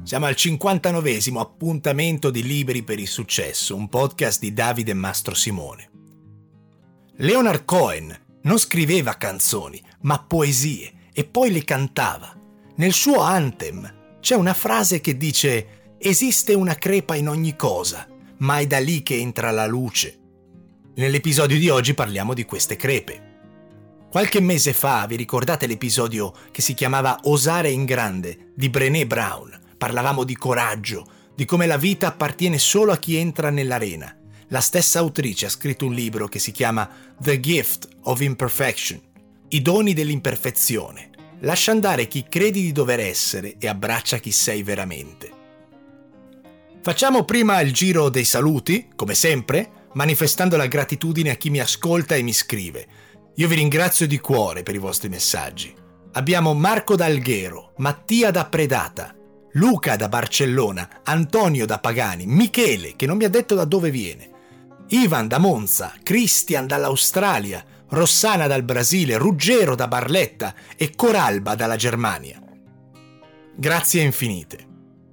Siamo al 59esimo appuntamento di Liberi per il Successo, un podcast di Davide Mastro Simone. Leonard Cohen non scriveva canzoni, ma poesie, e poi le cantava. Nel suo Anthem c'è una frase che dice: «Esiste una crepa in ogni cosa, ma è da lì che entra la luce». Nell'episodio di oggi parliamo di queste crepe. Qualche mese fa, vi ricordate l'episodio che si chiamava Osare in grande di Brené Brown? Parlavamo di coraggio, di come la vita appartiene solo a chi entra nell'arena. La stessa autrice ha scritto un libro che si chiama The Gift of Imperfection, I doni dell'imperfezione. Lascia andare chi credi di dover essere e abbraccia chi sei veramente. Facciamo prima il giro dei saluti, come sempre, manifestando la gratitudine a chi mi ascolta e mi scrive. Io vi ringrazio di cuore per i vostri messaggi. Abbiamo Marco D'Alghero, Mattia da Predata, Luca da Barcellona, Antonio da Pagani, Michele, che non mi ha detto da dove viene, Ivan da Monza, Christian dall'Australia, Rossana dal Brasile, Ruggero da Barletta e Coralba dalla Germania. Grazie infinite.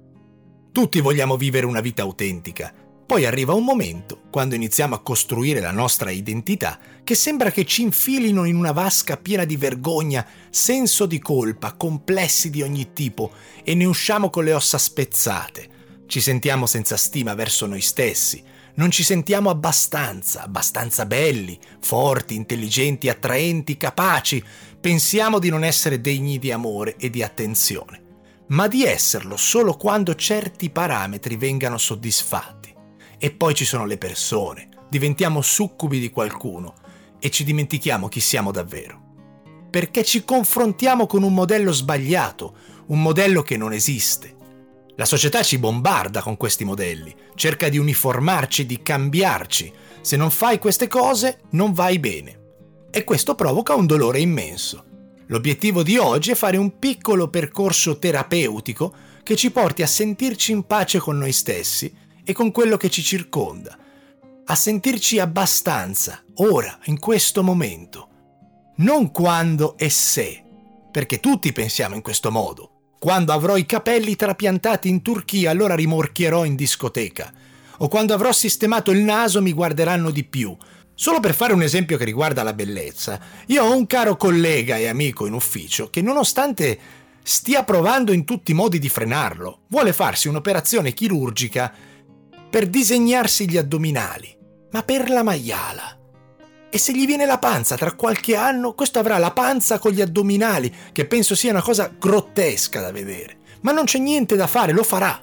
Tutti vogliamo vivere una vita autentica. Poi arriva un momento, quando iniziamo a costruire la nostra identità, che sembra che ci infilino in una vasca piena di vergogna, senso di colpa, complessi di ogni tipo e ne usciamo con le ossa spezzate. Ci sentiamo senza stima verso noi stessi, non ci sentiamo abbastanza belli, forti, intelligenti, attraenti, capaci. Pensiamo di non essere degni di amore e di attenzione, ma di esserlo solo quando certi parametri vengano soddisfatti. E poi ci sono le persone, diventiamo succubi di qualcuno e ci dimentichiamo chi siamo davvero. Perché ci confrontiamo con un modello sbagliato, un modello che non esiste. La società ci bombarda con questi modelli, cerca di uniformarci, di cambiarci. Se non fai queste cose, non vai bene. E questo provoca un dolore immenso. L'obiettivo di oggi è fare un piccolo percorso terapeutico che ci porti a sentirci in pace con noi stessi e con quello che ci circonda, a sentirci abbastanza, ora, in questo momento. Non quando e se, perché tutti pensiamo in questo modo. Quando avrò i capelli trapiantati in Turchia, allora rimorchierò in discoteca. O quando avrò sistemato il naso mi guarderanno di più. Solo per fare un esempio che riguarda la bellezza, io ho un caro collega e amico in ufficio che, nonostante stia provando in tutti i modi di frenarlo, vuole farsi un'operazione chirurgica per disegnarsi gli addominali, ma per la maiala. E se gli viene la panza tra qualche anno, questo avrà la panza con gli addominali, che penso sia una cosa grottesca da vedere. Ma non c'è niente da fare, lo farà.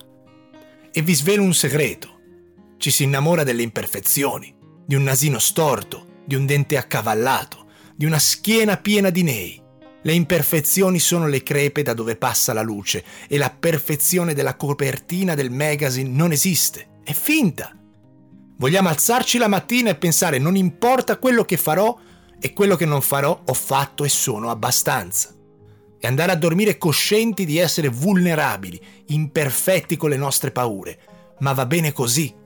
E vi svelo un segreto. Ci si innamora delle imperfezioni, di un nasino storto, di un dente accavallato, di una schiena piena di nei. Le imperfezioni sono le crepe da dove passa la luce e la perfezione della copertina del magazine non esiste. È finta. Vogliamo alzarci la mattina e pensare: non importa quello che farò e quello che non farò, ho fatto e sono abbastanza. E andare a dormire coscienti di essere vulnerabili, imperfetti con le nostre paure. Ma va bene così.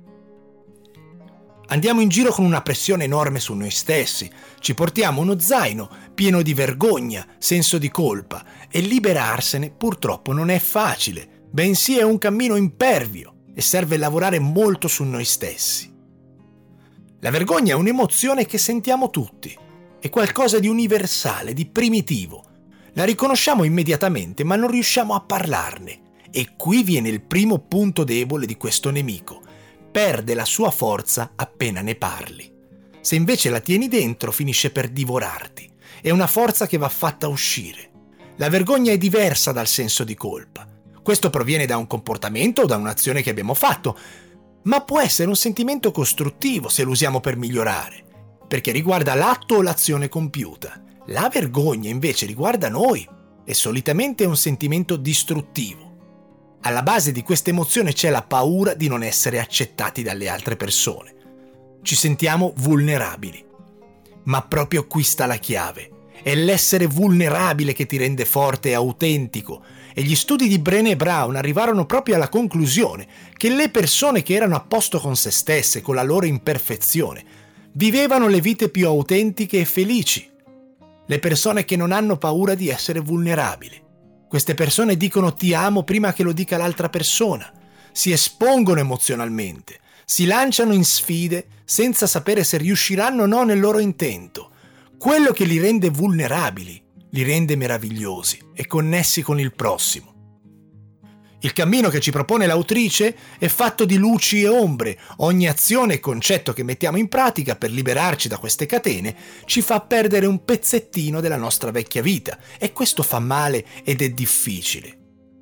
Andiamo in giro con una pressione enorme su noi stessi. Ci portiamo uno zaino pieno di vergogna, senso di colpa, e liberarsene purtroppo non è facile, bensì è un cammino impervio. E serve lavorare molto su noi stessi. La vergogna è un'emozione che sentiamo tutti, è qualcosa di universale, di primitivo. La riconosciamo immediatamente, ma non riusciamo a parlarne. E qui viene il primo punto debole di questo nemico. Perde la sua forza appena ne parli. Se invece la tieni dentro, finisce per divorarti. È una forza che va fatta uscire. La vergogna è diversa dal senso di colpa. Questo proviene da un comportamento o da un'azione che abbiamo fatto, ma può essere un sentimento costruttivo se lo usiamo per migliorare, perché riguarda l'atto o l'azione compiuta. La vergogna invece riguarda noi e solitamente è un sentimento distruttivo. Alla base di questa emozione c'è la paura di non essere accettati dalle altre persone. Ci sentiamo vulnerabili. Ma proprio qui sta la chiave. È l'essere vulnerabile che ti rende forte e autentico. E gli studi di Brené Brown arrivarono proprio alla conclusione che le persone che erano a posto con se stesse, con la loro imperfezione, vivevano le vite più autentiche e felici. Le persone che non hanno paura di essere vulnerabili. Queste persone dicono ti amo prima che lo dica l'altra persona, si espongono emozionalmente, si lanciano in sfide senza sapere se riusciranno o no nel loro intento. Quello che li rende vulnerabili, li rende meravigliosi e connessi con il prossimo. Il cammino che ci propone l'autrice è fatto di luci e ombre. Ogni azione e concetto che mettiamo in pratica per liberarci da queste catene ci fa perdere un pezzettino della nostra vecchia vita e questo fa male ed è difficile.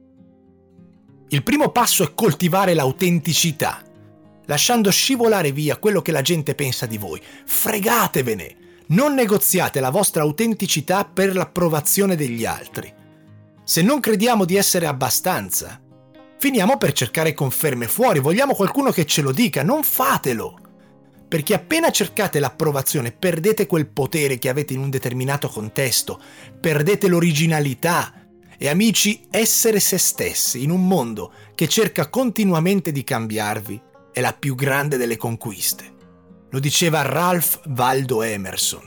Il primo passo è coltivare l'autenticità, lasciando scivolare via quello che la gente pensa di voi. Fregatevene! Non negoziate la vostra autenticità per l'approvazione degli altri. Se non crediamo di essere abbastanza, finiamo per cercare conferme fuori. Vogliamo qualcuno che ce lo dica, non fatelo. Perché appena cercate l'approvazione perdete quel potere che avete in un determinato contesto, perdete l'originalità. E amici, essere se stessi in un mondo che cerca continuamente di cambiarvi è la più grande delle conquiste. Lo diceva Ralph Waldo Emerson.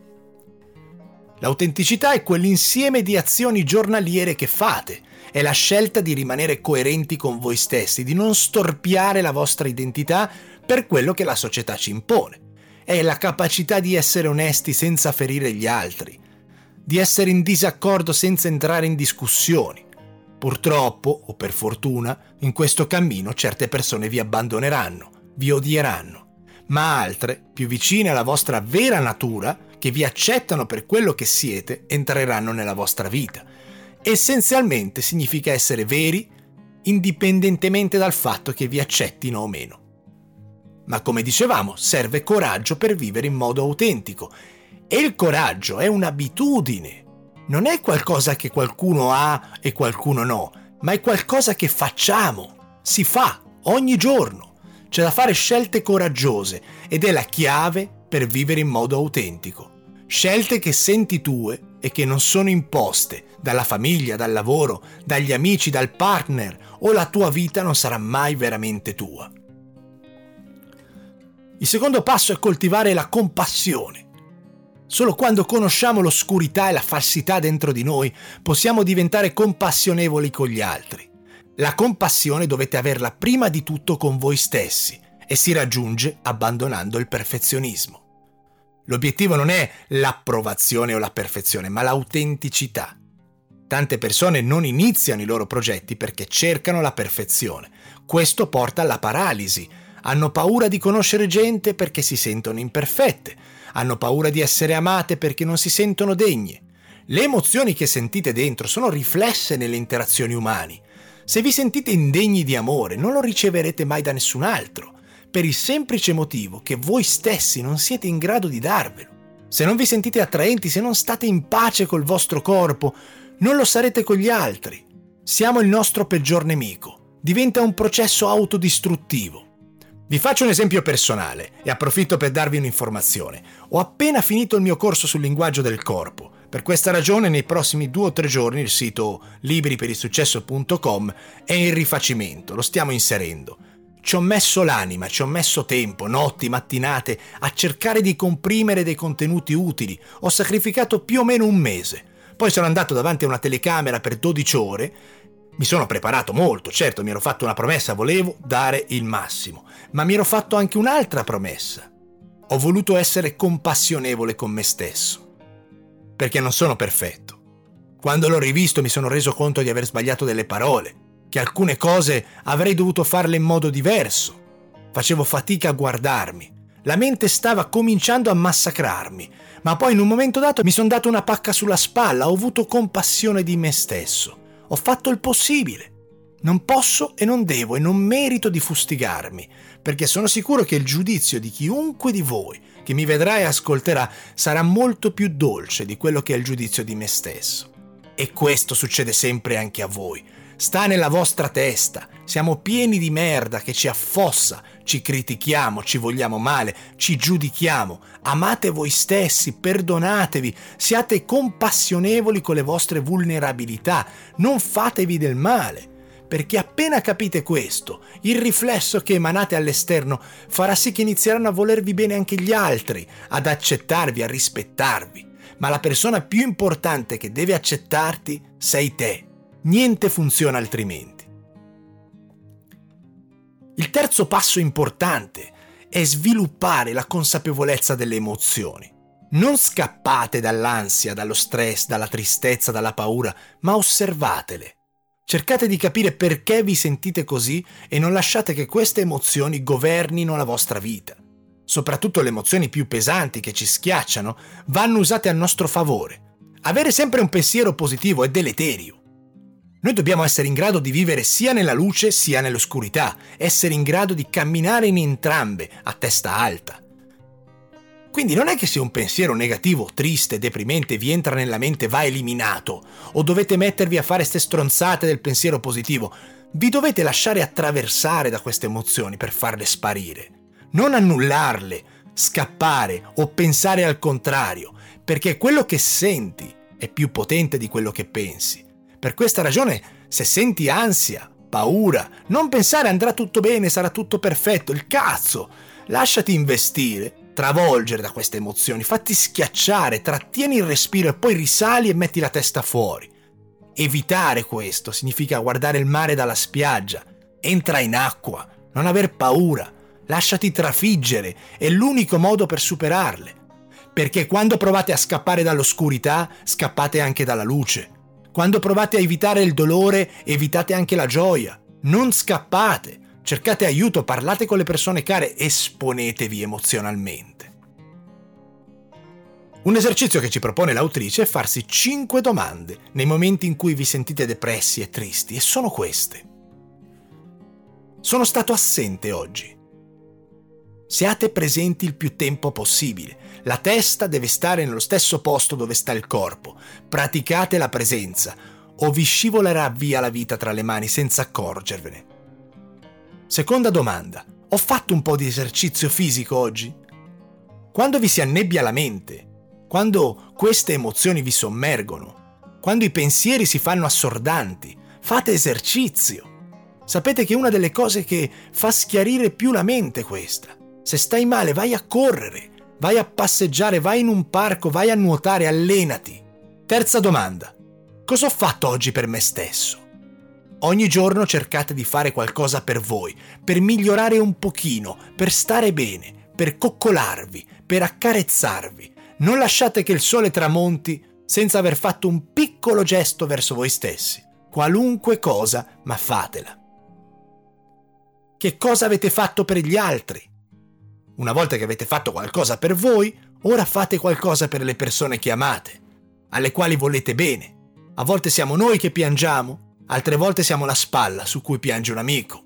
L'autenticità è quell'insieme di azioni giornaliere che fate. È la scelta di rimanere coerenti con voi stessi, di non storpiare la vostra identità per quello che la società ci impone. È la capacità di essere onesti senza ferire gli altri, di essere in disaccordo senza entrare in discussioni. Purtroppo, o per fortuna, in questo cammino certe persone vi abbandoneranno, vi odieranno, ma altre, più vicine alla vostra vera natura, che vi accettano per quello che siete, entreranno nella vostra vita. Essenzialmente significa essere veri, indipendentemente dal fatto che vi accettino o meno. Ma come dicevamo, serve coraggio per vivere in modo autentico. E il coraggio è un'abitudine. Non è qualcosa che qualcuno ha e qualcuno no, ma è qualcosa che facciamo. Si fa ogni giorno. C'è da fare scelte coraggiose ed è la chiave per vivere in modo autentico. Scelte che senti tue e che non sono imposte dalla famiglia, dal lavoro, dagli amici, dal partner, o la tua vita non sarà mai veramente tua. Il secondo passo è coltivare la compassione. Solo quando conosciamo l'oscurità e la falsità dentro di noi possiamo diventare compassionevoli con gli altri. La compassione dovete averla prima di tutto con voi stessi e si raggiunge abbandonando il perfezionismo. L'obiettivo non è l'approvazione o la perfezione, ma l'autenticità. Tante persone non iniziano i loro progetti perché cercano la perfezione. Questo porta alla paralisi. Hanno paura di conoscere gente perché si sentono imperfette. Hanno paura di essere amate perché non si sentono degne. Le emozioni che sentite dentro sono riflesse nelle interazioni umane. Se vi sentite indegni di amore, non lo riceverete mai da nessun altro, per il semplice motivo che voi stessi non siete in grado di darvelo. Se non vi sentite attraenti, se non state in pace col vostro corpo, non lo sarete con gli altri. Siamo il nostro peggior nemico. Diventa un processo autodistruttivo. Vi faccio un esempio personale e approfitto per darvi un'informazione. Ho appena finito il mio corso sul linguaggio del corpo. Per questa ragione nei prossimi 2 o 3 giorni il sito liberiperilsuccesso.com è in rifacimento, lo stiamo inserendo. Ci ho messo l'anima, ci ho messo tempo, notti, mattinate, a cercare di comprimere dei contenuti utili. Ho sacrificato più o meno un mese. Poi sono andato davanti a una telecamera per 12 ore. Mi sono preparato molto, certo, mi ero fatto una promessa, volevo dare il massimo. Ma mi ero fatto anche un'altra promessa. Ho voluto essere compassionevole con me stesso. Perché non sono perfetto. Quando l'ho rivisto mi sono reso conto di aver sbagliato delle parole, che alcune cose avrei dovuto farle in modo diverso. Facevo fatica a guardarmi. La mente stava cominciando a massacrarmi, ma poi in un momento dato mi sono dato una pacca sulla spalla, ho avuto compassione di me stesso. Ho fatto il possibile. Non posso e non devo e non merito di fustigarmi, perché sono sicuro che il giudizio di chiunque di voi che mi vedrà e ascolterà sarà molto più dolce di quello che è il giudizio di me stesso. E questo succede sempre anche a voi. Sta nella vostra testa. Siamo pieni di merda che ci affossa, ci critichiamo, ci vogliamo male, ci giudichiamo. Amate voi stessi, perdonatevi, siate compassionevoli con le vostre vulnerabilità, non fatevi del male. Perché appena capite questo, il riflesso che emanate all'esterno farà sì che inizieranno a volervi bene anche gli altri, ad accettarvi, a rispettarvi. Ma la persona più importante che deve accettarti sei te. Niente funziona altrimenti. Il terzo passo importante è sviluppare la consapevolezza delle emozioni. Non scappate dall'ansia, dallo stress, dalla tristezza, dalla paura, ma osservatele. Cercate di capire perché vi sentite così e non lasciate che queste emozioni governino la vostra vita. Soprattutto le emozioni più pesanti che ci schiacciano vanno usate a nostro favore. Avere sempre un pensiero positivo è deleterio. Noi dobbiamo essere in grado di vivere sia nella luce sia nell'oscurità, essere in grado di camminare in entrambe a testa alta. Quindi non è che se un pensiero negativo, triste, deprimente vi entra nella mente va eliminato, o dovete mettervi a fare ste stronzate del pensiero positivo. Vi dovete lasciare attraversare da queste emozioni per farle sparire. Non annullarle, scappare o pensare al contrario, perché quello che senti è più potente di quello che pensi. Per questa ragione, se senti ansia, paura, non pensare andrà tutto bene, sarà tutto perfetto, il cazzo! Lasciati investire, travolgere da queste emozioni, fatti schiacciare, trattieni il respiro e poi risali e metti la testa fuori. Evitare questo significa guardare il mare dalla spiaggia, entra in acqua, non aver paura, lasciati trafiggere, è l'unico modo per superarle. Perché quando provate a scappare dall'oscurità, scappate anche dalla luce. Quando provate a evitare il dolore, evitate anche la gioia. Non scappate, cercate aiuto, parlate con le persone care, esponetevi emozionalmente. Un esercizio che ci propone l'autrice è farsi 5 domande nei momenti in cui vi sentite depressi e tristi, e sono queste. Sono stato assente oggi. Siate presenti il più tempo possibile. La testa deve stare nello stesso posto dove sta il corpo. Praticate la presenza o vi scivolerà via la vita tra le mani senza accorgervene. Seconda domanda. Ho fatto un po' di esercizio fisico oggi? Quando vi si annebbia la mente, quando queste emozioni vi sommergono, quando i pensieri si fanno assordanti, fate esercizio. Sapete che è una delle cose che fa schiarire più la mente questa. Se stai male, vai a correre, vai a passeggiare, vai in un parco, vai a nuotare, allenati. Terza domanda. Cosa ho fatto oggi per me stesso? Ogni giorno cercate di fare qualcosa per voi, per migliorare un pochino, per stare bene, per coccolarvi, per accarezzarvi. Non lasciate che il sole tramonti senza aver fatto un piccolo gesto verso voi stessi. Qualunque cosa, ma fatela. Che cosa avete fatto per gli altri? Una volta che avete fatto qualcosa per voi, ora fate qualcosa per le persone che amate, alle quali volete bene. A volte siamo noi che piangiamo, altre volte siamo la spalla su cui piange un amico.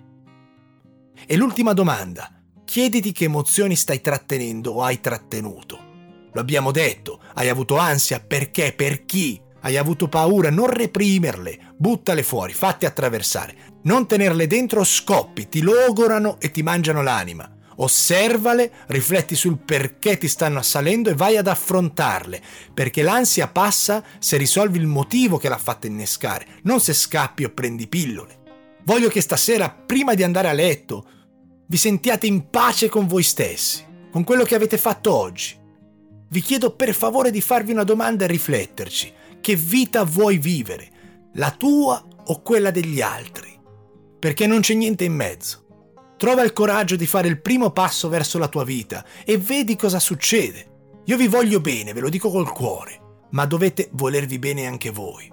E l'ultima domanda, chiediti che emozioni stai trattenendo o hai trattenuto. Lo abbiamo detto, hai avuto ansia, perché, per chi? Hai avuto paura, non reprimerle, buttale fuori, fatti attraversare. Non tenerle dentro, scoppi, ti logorano e ti mangiano l'anima. Osservale, rifletti sul perché ti stanno assalendo e vai ad affrontarle, perché l'ansia passa se risolvi il motivo che l'ha fatta innescare, non se scappi o prendi pillole. Voglio che stasera, prima di andare a letto, vi sentiate in pace con voi stessi, con quello che avete fatto oggi. Vi chiedo per favore di farvi una domanda e rifletterci. Che vita vuoi vivere? La tua o quella degli altri? Perché non c'è niente in mezzo. Trova il coraggio di fare il primo passo verso la tua vita e vedi cosa succede. Io vi voglio bene, ve lo dico col cuore, ma dovete volervi bene anche voi.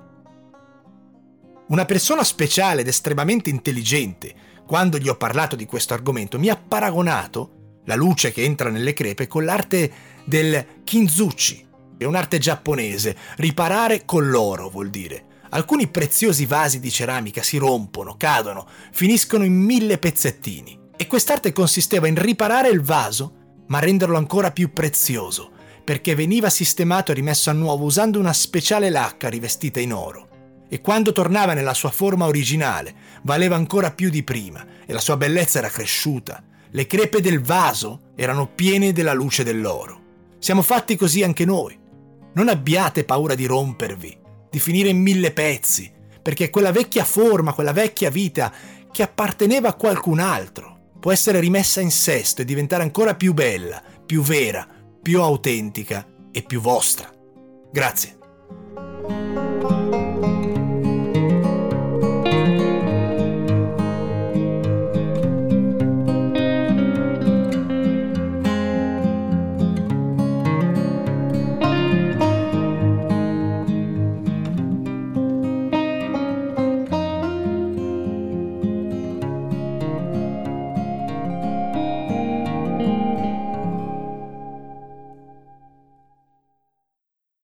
Una persona speciale ed estremamente intelligente, quando gli ho parlato di questo argomento, mi ha paragonato la luce che entra nelle crepe con l'arte del kintsugi. È un'arte giapponese, riparare con l'oro vuol dire. Alcuni preziosi vasi di ceramica si rompono, cadono, finiscono in 1000 pezzettini. E quest'arte consisteva in riparare il vaso, ma renderlo ancora più prezioso, perché veniva sistemato e rimesso a nuovo usando una speciale lacca rivestita in oro. E quando tornava nella sua forma originale, valeva ancora più di prima, e la sua bellezza era cresciuta. Le crepe del vaso erano piene della luce dell'oro. Siamo fatti così anche noi. Non abbiate paura di rompervi, di finire in 1000 pezzi, perché quella vecchia forma, quella vecchia vita che apparteneva a qualcun altro può essere rimessa in sesto e diventare ancora più bella, più vera, più autentica e più vostra. Grazie.